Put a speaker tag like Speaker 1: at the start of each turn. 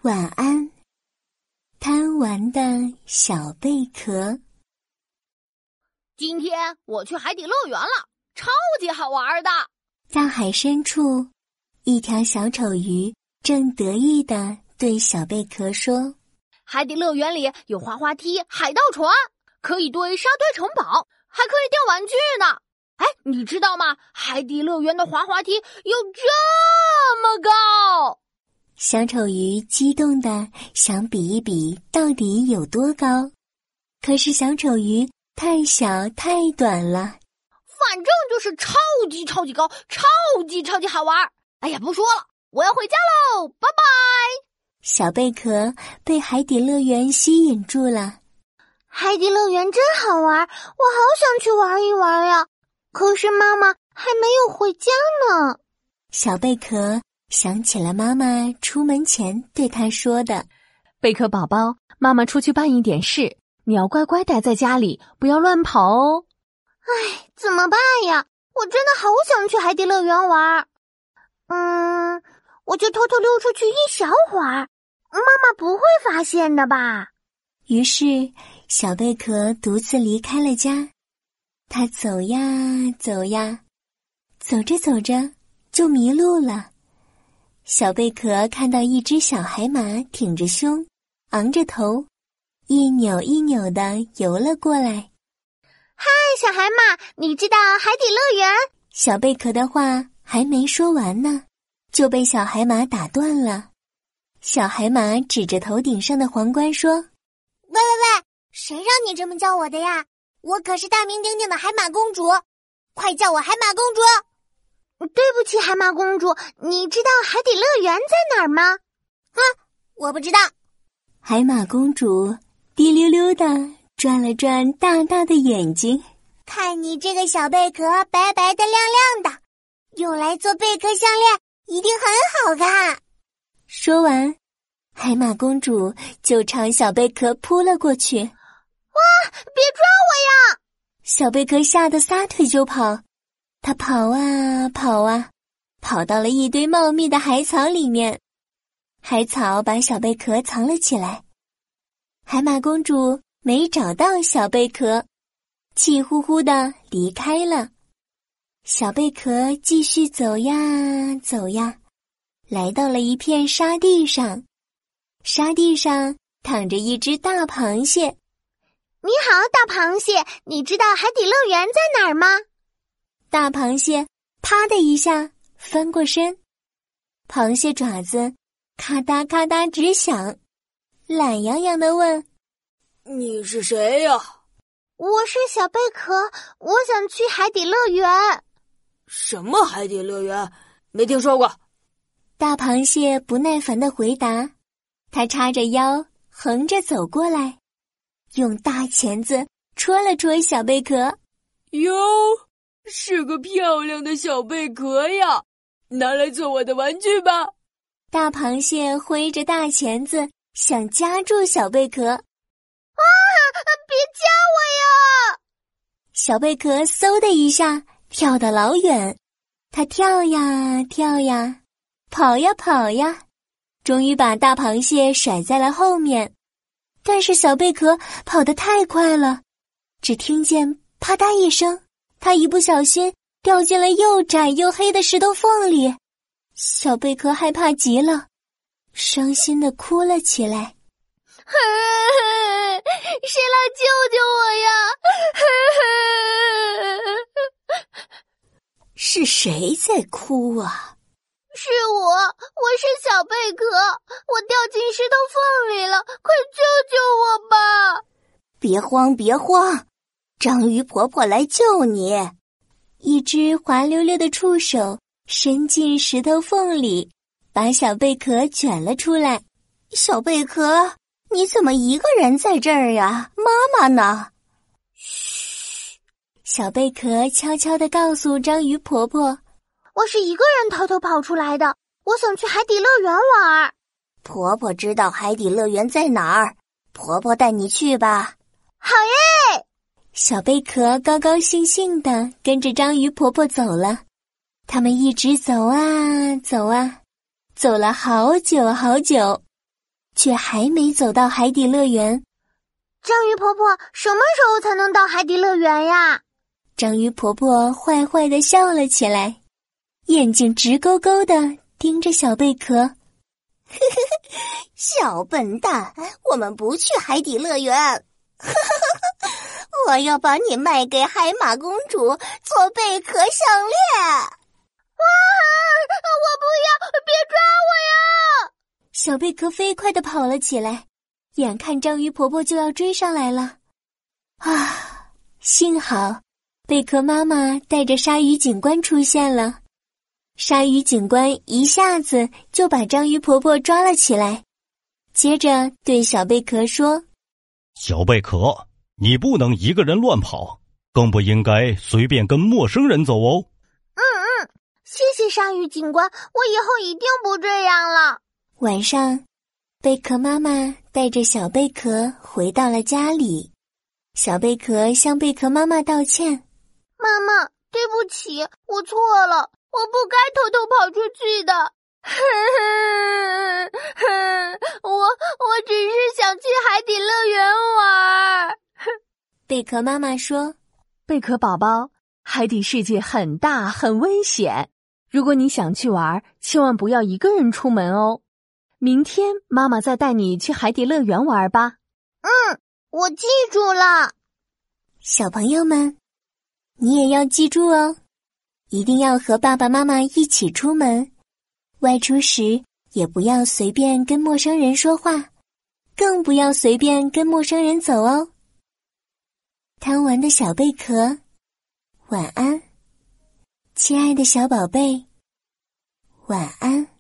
Speaker 1: 晚安，贪玩的小贝壳。
Speaker 2: 今天我去海底乐园了，超级好玩的。
Speaker 1: 大海深处，一条小丑鱼正得意地对小贝壳说：
Speaker 2: 海底乐园里有滑滑梯、海盗船，可以堆沙堆城堡，还可以钓玩具呢。哎，你知道吗？海底乐园的滑滑梯有这么高。
Speaker 1: 小丑鱼激动地想比一比到底有多高，可是小丑鱼太小太短了。
Speaker 2: 反正就是超级高，超级好玩。哎呀，不说了，我要回家喽，拜拜。
Speaker 1: 小贝壳被海底乐园吸引住了。
Speaker 3: 海底乐园真好玩，我好想去玩一玩呀。可是妈妈还没有回家呢。
Speaker 1: 小贝壳想起了妈妈出门前对他说的：
Speaker 4: 贝壳宝宝，妈妈出去办一点事，你要乖乖待在家里，不要乱跑哦。
Speaker 3: 唉，怎么办呀？我真的好想去海底乐园玩。我就偷偷溜出去一小会儿，妈妈不会发现的吧？
Speaker 1: 于是小贝壳独自离开了家。他走呀走呀，走着走着就迷路了。小贝壳看到一只小海马挺着胸，昂着头，一扭一扭地游了过来。
Speaker 3: 嗨，小海马，你知道海底乐园？
Speaker 1: 小贝壳的话还没说完呢，就被小海马打断了。小海马指着头顶上的皇冠说：
Speaker 3: 喂，谁让你这么叫我的呀？我可是大名鼎鼎的海马公主，快叫我海马公主。对不起，海马公主，你知道海底乐园在哪儿吗？我不知道。
Speaker 1: 海马公主滴溜溜地转了转大大的眼睛，
Speaker 3: 看你这个小贝壳白白的亮亮的，用来做贝壳项链一定很好看。
Speaker 1: 说完，海马公主就朝小贝壳扑了过去。
Speaker 3: 哇，别抓我呀！
Speaker 1: 小贝壳吓得撒腿就跑，它跑啊跑啊，跑到了一堆茂密的海草里面。海草把小贝壳藏了起来。海马公主没找到小贝壳，气呼呼地离开了。小贝壳继续走呀走呀，来到了一片沙地上。沙地上躺着一只大螃蟹。
Speaker 3: 你好，大螃蟹，你知道海底乐园在哪儿吗？
Speaker 1: 大螃蟹啪的一下翻过身，螃蟹爪子咔嗒咔嗒直响，懒洋洋地问：
Speaker 5: 你是谁呀？
Speaker 3: 我是小贝壳，我想去海底乐园。
Speaker 5: 什么海底乐园？没听说过。
Speaker 1: 大螃蟹不耐烦地回答。它叉着腰横着走过来，用大钳子戳了戳小贝壳。
Speaker 5: 哟，是个漂亮的小贝壳呀，拿来做我的玩具吧。
Speaker 1: 大螃蟹挥着大钳子想夹住小贝壳。
Speaker 3: 别夹我呀！
Speaker 1: 小贝壳嗖的一下跳得老远，它跳呀跳呀，跑呀跑呀，终于把大螃蟹甩在了后面。但是小贝壳跑得太快了，只听见啪嗒一声，它一不小心掉进了又窄又黑的石头缝里。小贝壳害怕极了，伤心地哭了起来。
Speaker 3: 谁来救救我呀？
Speaker 1: 是谁在哭啊？
Speaker 3: 是我是小贝壳，我掉进石头缝里了，快救救我吧！
Speaker 1: 别慌别慌，章鱼婆婆来救你。一只滑溜溜的触手伸进石头缝里，把小贝壳卷了出来。小贝壳，你怎么一个人在这儿呀？妈妈呢？嘘！小贝壳悄悄地告诉章鱼婆婆：
Speaker 3: 我是一个人偷偷跑出来的，我想去海底乐园玩。
Speaker 1: 婆婆知道海底乐园在哪儿，婆婆带你去吧。
Speaker 3: 好耶！
Speaker 1: 小贝壳高高兴兴地跟着章鱼婆婆走了。他们一直走啊走啊，走了好久好久。 却还没走到海底乐园。
Speaker 3: 章鱼婆婆，什么时候才能到海底乐园呀？
Speaker 1: 章鱼婆婆坏坏地笑了起来，眼睛直勾勾地盯着小贝壳。
Speaker 3: 小笨蛋，我们不去海底乐园。我要把你卖给海马公主做贝壳项链。哇！我不要，别抓我呀！
Speaker 1: 小贝壳飞快地跑了起来，眼看章鱼婆婆就要追上来了。啊，幸好贝壳妈妈带着鲨鱼警官出现了。鲨鱼警官一下子就把章鱼婆婆抓了起来，接着对小贝壳说：
Speaker 6: 小贝壳，你不能一个人乱跑，更不应该随便跟陌生人走哦。
Speaker 3: 谢谢鲨鱼警官，我以后一定不这样了。
Speaker 1: 晚上，贝壳妈妈带着小贝壳回到了家里。小贝壳向贝壳妈妈道歉：
Speaker 3: 妈妈，对不起，我错了，我不该偷偷跑出去的。我只是想去海底乐园玩。
Speaker 1: 贝壳妈妈说：
Speaker 4: 贝壳宝宝，海底世界很大很危险，如果你想去玩，千万不要一个人出门哦。明天妈妈再带你去海底乐园玩吧。
Speaker 3: 我记住了。
Speaker 1: 小朋友们，你也要记住哦，一定要和爸爸妈妈一起出门，外出时也不要随便跟陌生人说话，更不要随便跟陌生人走哦。贪玩的小贝壳，晚安，亲爱的小宝贝，晚安。